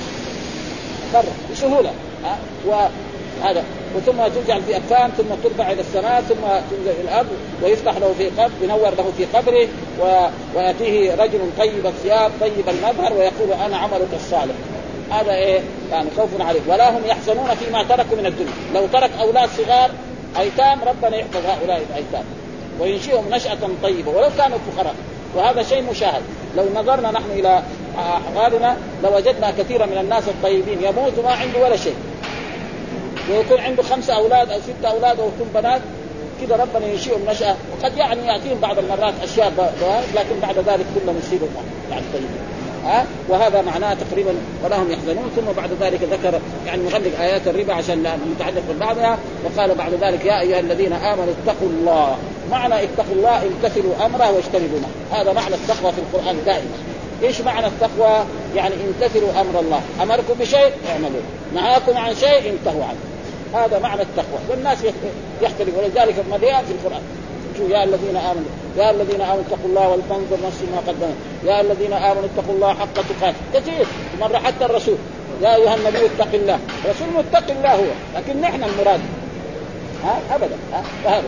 غرق بسهولة ها وهذا وثم تجعل في أكفان ثم ترفع إلى السماء ثم تنزل إلى الأرض ويفتح له في قبر ينور له في قبره و... ويأتيه رجل طيب الثياب طيب المظهر ويقول أنا عملك الصالح. هذا إيه يعني خوف عليه ولا هم يحزنون فيما تركوا من الدنيا. لو ترك أولاد صغار أيتام ربنا يحفظ هؤلاء الأيتام وينشئهم نشأة طيبة ولو كانوا فقراء. وهذا شيء مشاهد. لو نظرنا نحن إلى أحوالنا لوجدنا كثيرا من الناس الطيبين يموت ما عنده ولا شيء ويكون عنده خمسة أولاد أو ستة أولاد أو يكون بنات كده ربنا ينشئهم نشأة. وقد يعني يأتيهم بعض المرات أشياء لكن بعد ذلك كلهم يصيبوا يعني طيبين. ها وهذا معناه تقريبا ولا هم يحزنون. ثم بعد ذلك ذكر يعني مغلق آيات الربا عشان متعلق ببعضها وقال بعد ذلك يا أيها الذين آمنوا اتقوا الله. معنى اتقوا الله امتثلوا أمره واجتنبوا نهيه. هذا معنى التقوى في القرآن دائما. ايش معنى التقوى؟ يعني امتثلوا أمر الله أمركم بشيء اعملوا نهاكم عن شيء انتهوا عنه. هذا معنى التقوى والناس يختلف ولذلك مليان في القرآن. يا الذين آمنوا يا الذين آمنوا اتقوا الله ولتنظر نفس ما قدمت يا الذين آمنوا اتقوا الله حق تقاته كثير مرة حتى الرسول يا أيها النبي اتق الله. الرسول متق الله هو لكن نحن المراد ها أبدا ها فهذا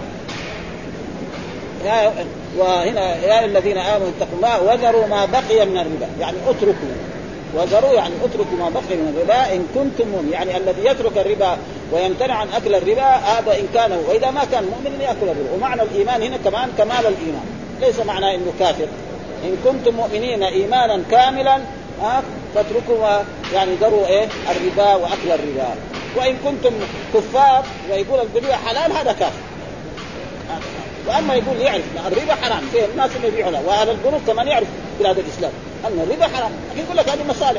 يا وهنا يا الذين آمنوا اتقوا الله وذروا ما بقي من الربا يعني اتركوا وذروا يعني اتركوا ما بقي من الربا إن كنتم مؤمنين. يعني الذي يترك الربا ويمتنع عن أكل الربا هذا إن كان وإذا ما كان مؤمنا يأكل الربا. ومعنى الإيمان هنا كمان كمال الإيمان ليس معناه إنه كافر. إن كنتم مؤمنين إيمانا كاملا فاتركوا يعني ذروا إيه الربا وأكل الربا. وإن كنتم كفار ويقول الربا حلال هذا كافر. وأما يقول يعرف الربا حرام فيه الناس اللي يبيعوا وهذا البنوك كمان يعرف بلاد الإسلام أن الربا حرام لكن يقول لك هذه مصالح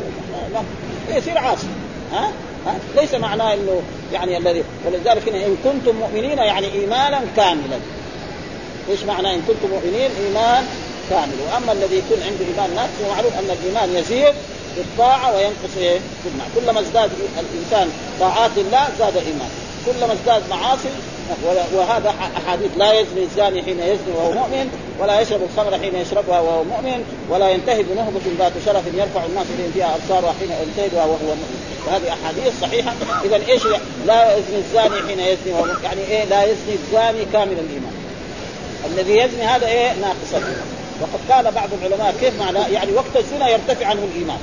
يصير عاصي. ها ها ليس معناه انه يعني الذي ولذلك ان كنتم مؤمنين يعني ايمانا كاملا. ايش معنى ان كنتم مؤمنين؟ ايمان كامل. واما الذي يكون عنده ايمان ناقص ومعلوم ان الايمان يزيد بالطاعه وينقص ايه بالمعصيه. كلما ازداد الانسان طاعات الله زاد ايمان كلما ازداد معاصي. وهذا احاديث لا يزني الزاني حين يزني وهو مؤمن ولا يشرب الخمر حين يشربها وهو مؤمن ولا ينتهي بنهبة ذات شرف يرفع الناس اليه فيها ابصارها حين ينتهبها وهو مؤمن. وهذه احاديث صحيحه. اذا ايش لا يزني الزاني حين يزني وهو يعني ايه لا يزني الزاني كامل الايمان. الذي يزني هذا ايه ناقص الايمان. وقد قال بعض العلماء كيف معنى يعني وقت الزنا يرتفع عنه الايمان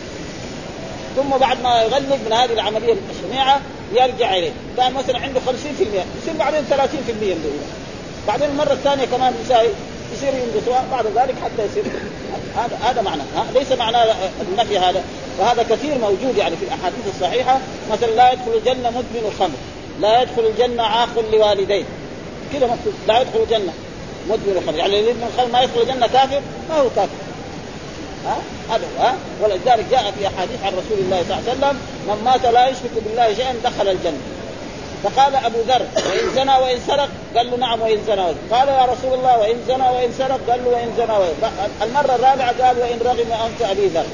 ثم بعد ما يغلق من هذه العمليه الشنيعه يرجع إليه. كان مثلا عنده خمسين في المئة يصير بعدين ثلاثين في المئة بعدين المرة الثانية كمان يصير يصير ينقص بعد ذلك حتى يصير. هذا هذا معنى ليس معنى النفي هذا. وهذا كثير موجود يعني في الأحاديث الصحيحة. مثلا لا يدخل الجنة مدمن الخمر لا يدخل الجنة عاق لوالديه كده مكتوب لا يدخل الجنة مدمن الخمر. يعني اللي يدمن الخمر ما يدخل الجنة كافر ما هو كافر. ها هذا ها ولذلك جاء في أحاديث عن رسول الله صلى الله عليه وسلم من مات لا يشرك بالله شيئا دخل الجنة. فقال أبو ذر وإن زنى وإن سرق قال له نعم وإن زنى. قال يا رسول الله وإن زنى وإن سرق قال له وإن زنى وإن. المرة الرابعة قال وإن رغم أنت أبي ذر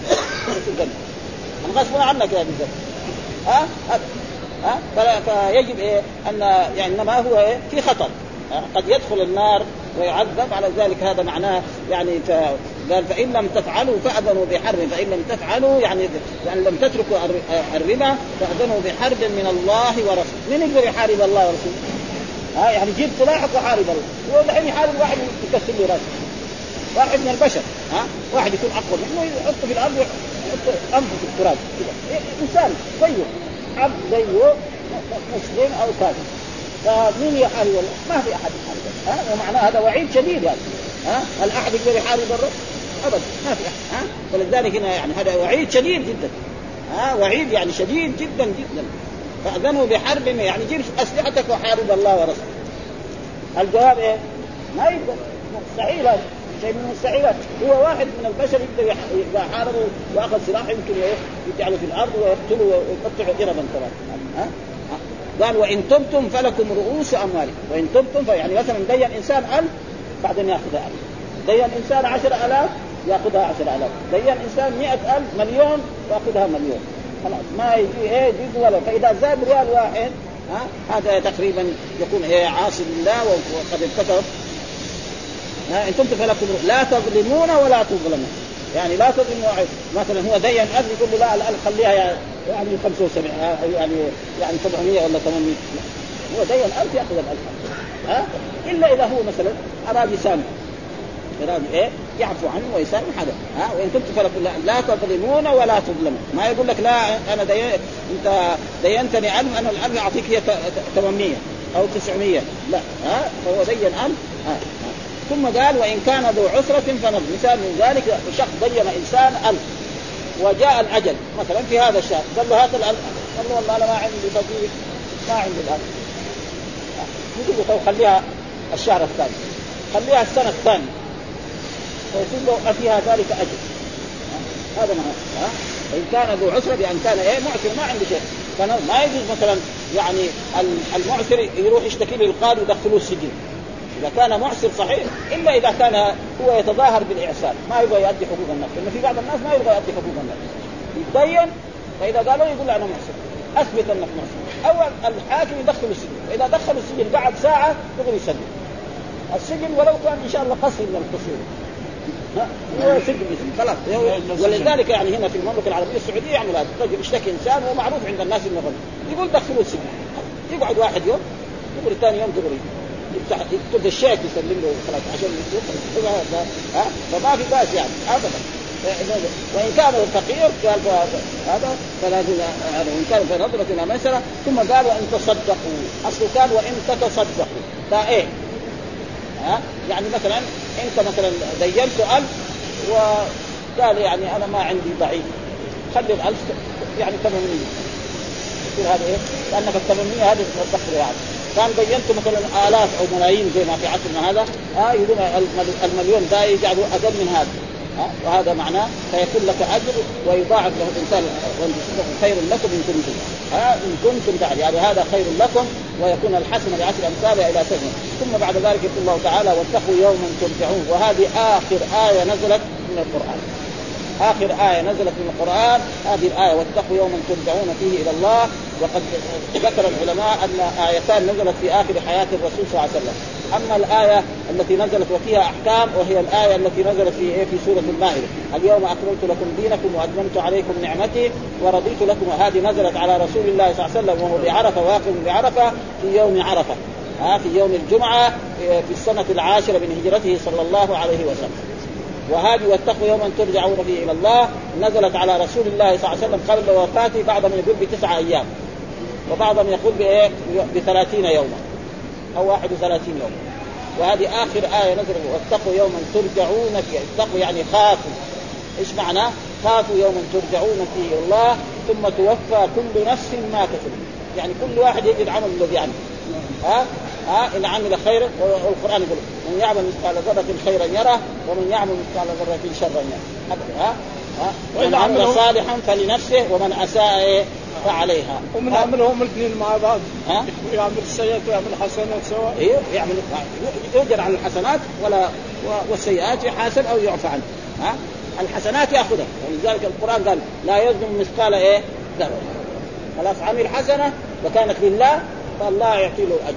من غصب عنك يا أبي ذر. ها ها فيجب إيه أن يعني إنما هو إيه في خطر قد يدخل النار ويعذب على ذلك. هذا معناه يعني قال فإن لم تفعلوا فأذنوا بحرب، فإن لم تفعلوا يعني يعني لم تتركوا الربا فأذنوا بحرب من الله ورسوله. من يقدر يحارب الله ورسوله؟ ها يعني جيب سلاحك وحارب الله. هو الحين يحارب واحد يكسر له راسه، واحد من البشر، ها واحد يكون أقوى منه يحطه في الأرض يحط أنفه في التراب كذا. إنسان زيه، عبد زيه، مسلم أو كافر، فمين يحارب الله؟ ما في أحد يحارب. ها ومعناه هذا وعيد شديد يعني. ها هل أحد يقدر يحارب الرب؟ أبدا ما في أحد. ها ولذلك هنا يعني هذا وعيد شديد جدا. ها وعيد يعني شديد جدا جدا. فأذنوا بحرب يعني جيب أسلحتك وحارب الله ورسوله. الجواب إيه؟ ما يقدر. مستحيل، هذا شيء من المستحيلات. هو واحد من البشر يقدر يحاربه وأخذ سلاح يمكن يجعله في الأرض ويقتله ويقطعه إربا كمان. ها قال وإن تبتم فلكم رؤوس أموالكم. وإن تبتم فيعني مثلا دين إنسان ألف بعدين يأخذها ألف، دين إنسان عشر ألاف يأخذها عشر ألاف، دين إنسان مئة ألف مليون يأخذها مليون. خلاص ما يجي إيه يجي ولا. فإذا زاد ريال واحد ها هذا تقريبا يكون إيه عاصي لله وقد انكسر. ها إن تبتم فلكم لا تظلمون ولا تظلمون. يعني لا تظلم واحد مثلا هو دين ألف يقول له لا الألف خليها يعني خمسة وسبعين يعني يعني سبعمية ولا ثمانمية. هو دين ألف يأخذ الألف. ها إلا إذا هو مثلا أراد يسامح، أراد إيه يعفو عنه ويسامح هذا. ها وإن كنت فلكم لا, لا تظلمون ولا تظلمون. ما يقول لك لا أنا دين أنت دينتني ألف أنا الألف أعطيك هي ثمانمية أو تسعمية لا. ها فهو دين ألف. ها ثم قال وإن كان ذو عسرة فنظر. مثال من ذلك شخص دين إنسان ألف وجاء الأجل مثلا في هذا الشهر قال له هذا الألف، قال له والله أنا ما عندي بديل ما عندي الألف. يقول له خليها الشهر الثاني، خليها السنة الثانية، ويقول له فيها ذلك أجل. هذا ما وإن كان ذو عسرة بأن كان إيه معسر ما عنده شيء. ما يجوز مثلا يعني المعسر يروح يشتكي للقاضي ويدخلوه السجن إذا كان معسر صحيح، إلا إذا كان هو يتظاهر بالإعسار ما يبغى يؤدي حقوق الناس. لأن في بعض الناس ما يبغى يؤدي حقوق الناس يتبين، فإذا قالوا يقول أنا معسر أثبت أنك معسر. أول الحاكم يدخل السجن، وإذا دخل السجن بعد ساعة يقول يسجن السجن ولو كان إن شاء الله قصير من القصور هو سجن خلاص. ولذلك يعني هنا في المملكة العربية السعودية يعمل هذا. رجل يشتكي إنسان ومعروف عند الناس إنه غلط يقول دخلوا السجن، يقعد واحد يوم يقول الثاني يوم دغري يكتب الشيك يسلم له خلاص عشان يكتب. ها فما في باس يعني ابدا. وان كان فقير قال هذا فلازم هذا وان كان فنظرة الى ميسرة. ثم قال وان تصدقوا، اصله كان وان تتصدقوا ده ايه. ها يعني مثلا انت مثلا دينت ألف وقال يعني انا ما عندي ضعيف خلي الألف يعني ثمانمية يصير هذا ايه لانك الثمانمية هذه تصدق يعني. كان بينت مثلا آلاف أو ملايين زي ما في عصرنا هذا ها يقولون المليون ده يجعلوا أقل من هذا. ها وهذا معناه فيكون لك أجر ويضاعف له الإنسان خير لكم إن كنتم ها إن كنتم تعلمون يعني هذا خير لكم ويكون الحسنة بعشر أمثالها إلى سبعين. ثم بعد ذلك يقول الله تعالى واتقوا يوما ترجعون. وهذه آخر آية نزلت من القرآن، آخر آية نزلت من القرآن هذه الآية واتقوا يوما ترجعون فيه إلى الله. وقد ذكر العلماء أن آيتان نزلت في آخر حياة الرسول صلى الله عليه وسلم. أما الآية التي نزلت وفيها أحكام وهي الآية التي نزلت في في سورة المائدة اليوم أكملت لكم دينكم وأتممت عليكم نعمتي ورضيت لكم. وهذه نزلت على رسول الله صلى الله عليه وسلم وهو بعرفة واقف بعرفة في يوم عرفة ها في يوم الجمعة في السنة العاشرة من هجرته صلى الله عليه وسلم. وهذه واتقوا يوما ترجعون فيه إلى الله نزلت على رسول الله صلى الله عليه وسلم قبل وفاته. بعضهم يقول بتسعة أيام وبعضهم يقول بإيه بثلاثين يوما أو واحد وثلاثين يوما. وهذه آخر آية نزلت واتقوا يوما ترجعون فيه. اتقوا يعني خافوا. إيش معنى خافوا يوما ترجعون فيه إلى الله ثم توفى كل نفس ما كسبت. يعني كل واحد يجد عمل الذي يعمل. ها ها إن عمل خيرا والقرآن يقول من يعمل مثقال ذرة خيرا يره ومن يعمل مثقال ذرة شرا يره. ها ها ومن عمل صالحا فلنفسه ومن أساء فعليها. ومن عملهم الاثنين مع بعض يعمل السيئات ويعمل الحسنات سواء. إيه يعمل يؤجر على الحسنات ولا والسيئات يحاسب أو يعفى عنه. ها الحسنات يأخذها. ولذلك القرآن قال لا يظلم مثقال إيه ذرة. خلاص عمل حسنة وكانت لله فالله يعطي له أجره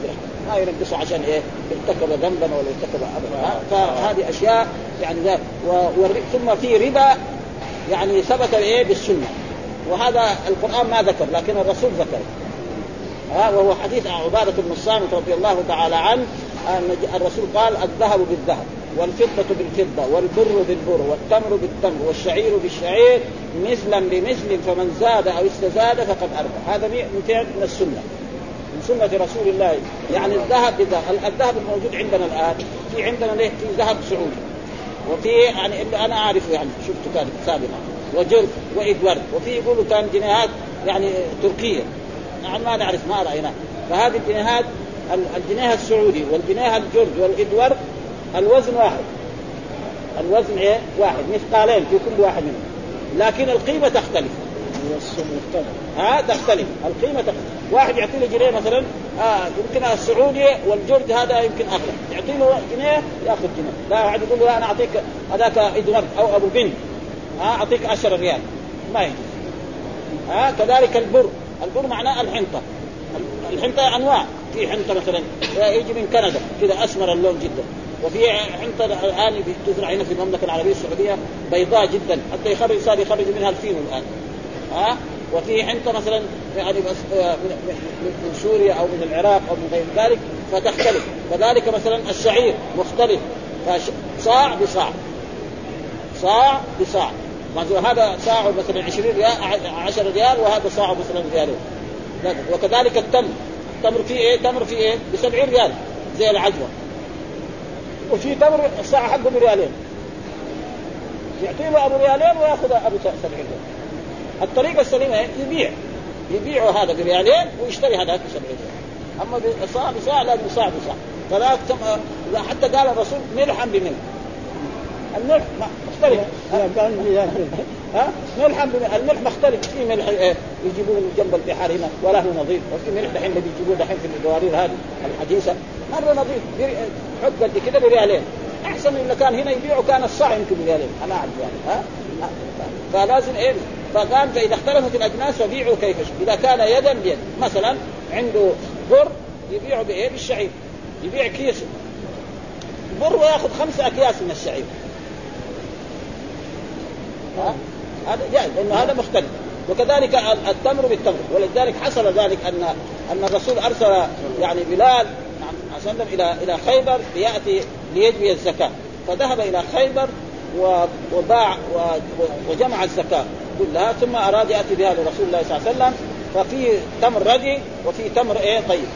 ما ينقصه عشان إيه ارتكب ذنبا ولا ارتكب أبدا. فهذه أشياء يعني ذا. ثم في ربا يعني ثبت إيه بالسنة، وهذا القرآن ما ذكر لكن الرسول ذكر. ها وهو حديث عبادة بن الصامت رضي الله تعالى عنه أن الرسول قال الذهب بالذهب والفضة بالفضة والبر بالبر والتمر بالتمر والشعير بالشعير مثلا بمثل فمن زاد أو استزاد فقد أربح. هذا مثال من السنة، من سنة رسول الله. يعني الذهب بالذهب. الذهب الموجود عندنا الآن في عندنا ليه في ذهب سعودي، وفي يعني اللي أنا أعرفه يعني شفته كان سابقا وجرف وإدوارد، وفي يقولوا كان جنيهات يعني تركية نحن ما نعرف ما رأينا. فهذه الجنيهات الجنيه السعودي والجنيه الجرج والإدوارد الوزن واحد، الوزن إيه واحد مثقالين في كل واحد منهم، لكن القيمة تختلف. ها تختلف القيمة تختلف. واحد يعطي له جنيه مثلا آه يمكن السعودي والجرج هذا يمكن أغلى، يعطي له جنيه يأخذ جنيه. لا واحد يقول له أنا أعطيك هذاك إدوارد أو أبو بنت ها أعطيك عشرة ريال ما يجوز. ها كذلك البر. البر معناه الحنطة. الحنطة أنواع، في حنطة مثلا يجي من كندا كذا أسمر اللون جدا، وفي حنطة الآن تزرع هنا في المملكة العربية السعودية بيضاء جدا حتى يخرج صار يخرج منها الفينو الآن. ها وفي حنطة مثلا يعني من سوريا أو من العراق أو من غير ذلك فتختلف. كذلك مثلا الشعير مختلف، صاع بصاع صاع بصاع. هذا صاع مثلا عشرين ريال عشرة ريال وهذا صاع مثلا ريالين. وكذلك التمر. التمر فيه ايه تمر فيه ايه بسبعين ريال زي العجوة، وفي تمر الصاع حقه بريالين، يعطي له ابو ريالين وياخذ ابو سبعين ريال. الطريقة السليمة يبيع يبيع هذا بريالين ويشتري هذا بسبعين ريال. اما بصاع بصاع لا بصاع بصاع. فلا حتى قال الرسول ملحا بملح. الملح مختلف ها ملح الملح مختلف. في ملح إيه يجيبوه من جنب البحر هنا ولا هو نظيف، وفي ملح دحين اللي بيجيبوه دحين في الدوارير هذه الحديثة مرة نظيف حق قد كده بريالين. أحسن من اللي كان هنا يبيعوا كان الصاع يمكن بريالين أنا أعرف يعني. ها فلازم إيه فقال فإذا اختلفت الأجناس فبيعوا كيف شاء. إذا كان يدا بيد مثلا عنده بر يبيعوا بإيه بالشعير، يبيع كيس بر ويأخذ خمسة أكياس من الشعير. هذا جائز لأنه هذا مختلف. وكذلك التمر بالتمر. ولذلك حصل ذلك أن أن الرسول أرسل يعني بلال عشان إلى إلى خيبر ليأتي ليجبي الزكاة، فذهب إلى خيبر وباع وجمع الزكاة كلها، ثم أراد يأتي بها لرسول الله صلى الله عليه وسلم. ففي تمر ردي وفي تمر إيه طيب،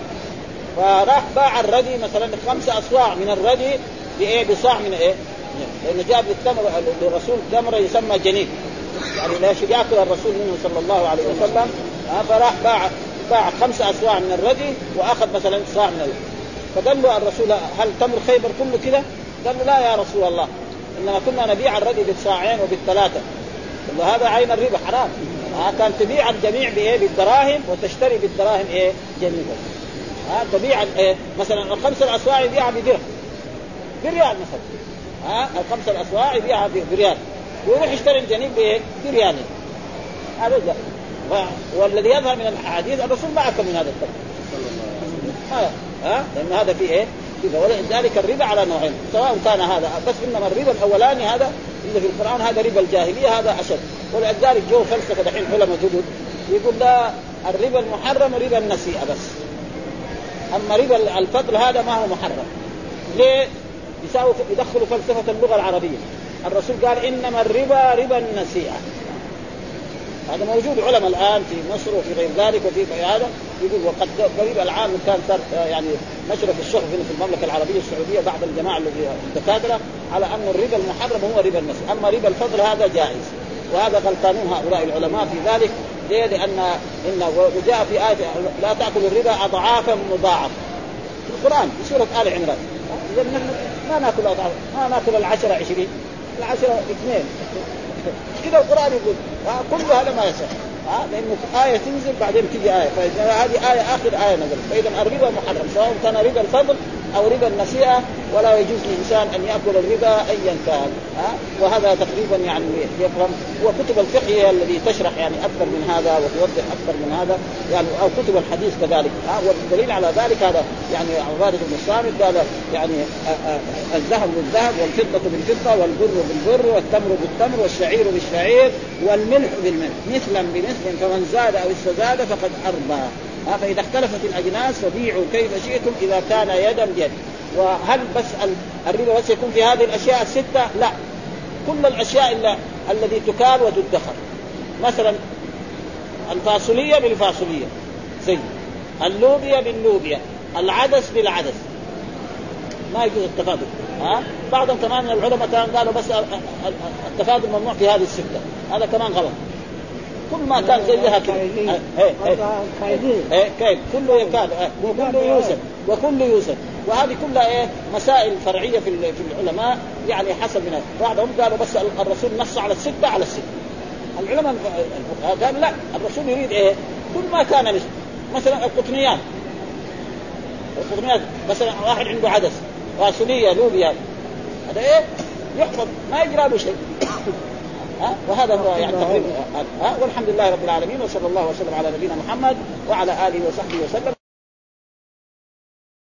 فراح باع الردي مثلا خمسة أصواع من الردي بإيه بصاع من إيه، لأنه جاب للتمر للرسول تمر يسمى جنيب يعني لا شيء يأكل الرسول منه صلى الله عليه وسلم. فراح باع باع خمسة أصواع من الردي وأخذ مثلا صاع من الردي. فقال له الرسول هل تمر خيبر كله كده؟ قال له لا يا رسول الله، إنما كنا نبيع الردي بالصاعين وبالثلاثة. قال له هذا عين الربا حرام. كان تبيع الجميع بإيه بالدراهم وتشتري بالدراهم إيه جنيبا. ها تبيع إيه مثلا الخمسة الأصواع يبيعها بدرهم بريال مثلا. ها الخمسة الأصواع يبيعها بريال ويروح يشتري الجنيب بإيه بريال. هذا جاء. والذي يظهر من الحديث الرسول ما أكل من هذا التمر. ها ها لأن هذا فيه إيه كذا. ولذلك الربا على نوعين سواء كان هذا بس، إنما الربا الأولاني هذا اللي في القرآن هذا ربا الجاهلية هذا أشد. ولذلك جو فلسفة دحين علماء جدد يقول لا الربا المحرم ربا النسيئة بس، أما ربا الفضل هذا ما هو محرم. ليه؟ يساوي يدخلوا فلسفة اللغة العربية. الرسول قال إنما الربا ربا النسيئة. هذا موجود علماء الآن في مصر وفي غير ذلك وفي هذا يقول. وقد قريب العام كان صار يعني نشر في الصحف في المملكة العربية السعودية بعض الجماعة الدكاترة على أن الربا المحرم هو ربا النسيئة، أما ربا الفضل هذا جائز. وهذا غلطانون هؤلاء العلماء في ذلك. ليه؟ لأن إن وجاء في آية لا تأكل الربا أضعافا مضاعفة في القرآن في سورة آل عمران. ما نأكل أضعاف، ما نأكل العشرة عشرين العشرة اثنين كده. القرآن يقول كل هذا ما يصح. ها لأنه آية تنزل بعدين تيجي آية، فهذه آية آخر آية نزلت. فإذا الربا محرم سواء كان ربا الفضل أو ربا النسيئة، ولا يجوز للإنسان أن يأكل الربا أيا كان. ها وهذا تقريبا يعني يفهم. وكتب الفقه هي الذي تشرح يعني أكثر من هذا وتوضح أكثر من هذا يعني، أو كتب الحديث كذلك. ها والدليل على ذلك هذا يعني عبادة بن الصامت قال يعني الذهب بالذهب والفضة بالفضة والبر بالبر والتمر بالتمر والشعير بالشعير والملح بالملح مثلا بمثل، فمن زاد أو استزاد فقد أربى. فإذا اختلفت الأجناس فبيعوا كيف شئتم إذا كان يدا بيد. وهل بس الربا بس يكون في هذه الأشياء الستة؟ لا، كل الأشياء التي تكال وتدخر، مثلا الفاصولية بالفاصولية زي اللوبيا باللوبيا، العدس بالعدس، ما يجوز التفاضل. ها بعضهم كمان العلماء كان قالوا بس التفاضل ممنوع في هذه الستة، هذا كمان غلط. كل ما كان زيها كده ايه كيف كله يكاد وكله يوزن وكله يوزن. وهذه كلها ايه مسائل فرعيه في في العلماء يعني حسب من بعضهم قالوا بس الرسول نص على الستة على الستة. العلماء الفقهاء قالوا لا، الرسول يريد ايه كل ما كان مثل مثلا القطنيات القطنيات مثلا واحد عنده عدس فاصوليا لوبيا هذا ايه يحفظ ما يجرى له شيء. ها وهذا هو يعني تقريبا. ها والحمد لله رب العالمين، وصلى الله وسلم على نبينا محمد وعلى آله وصحبه وسلم.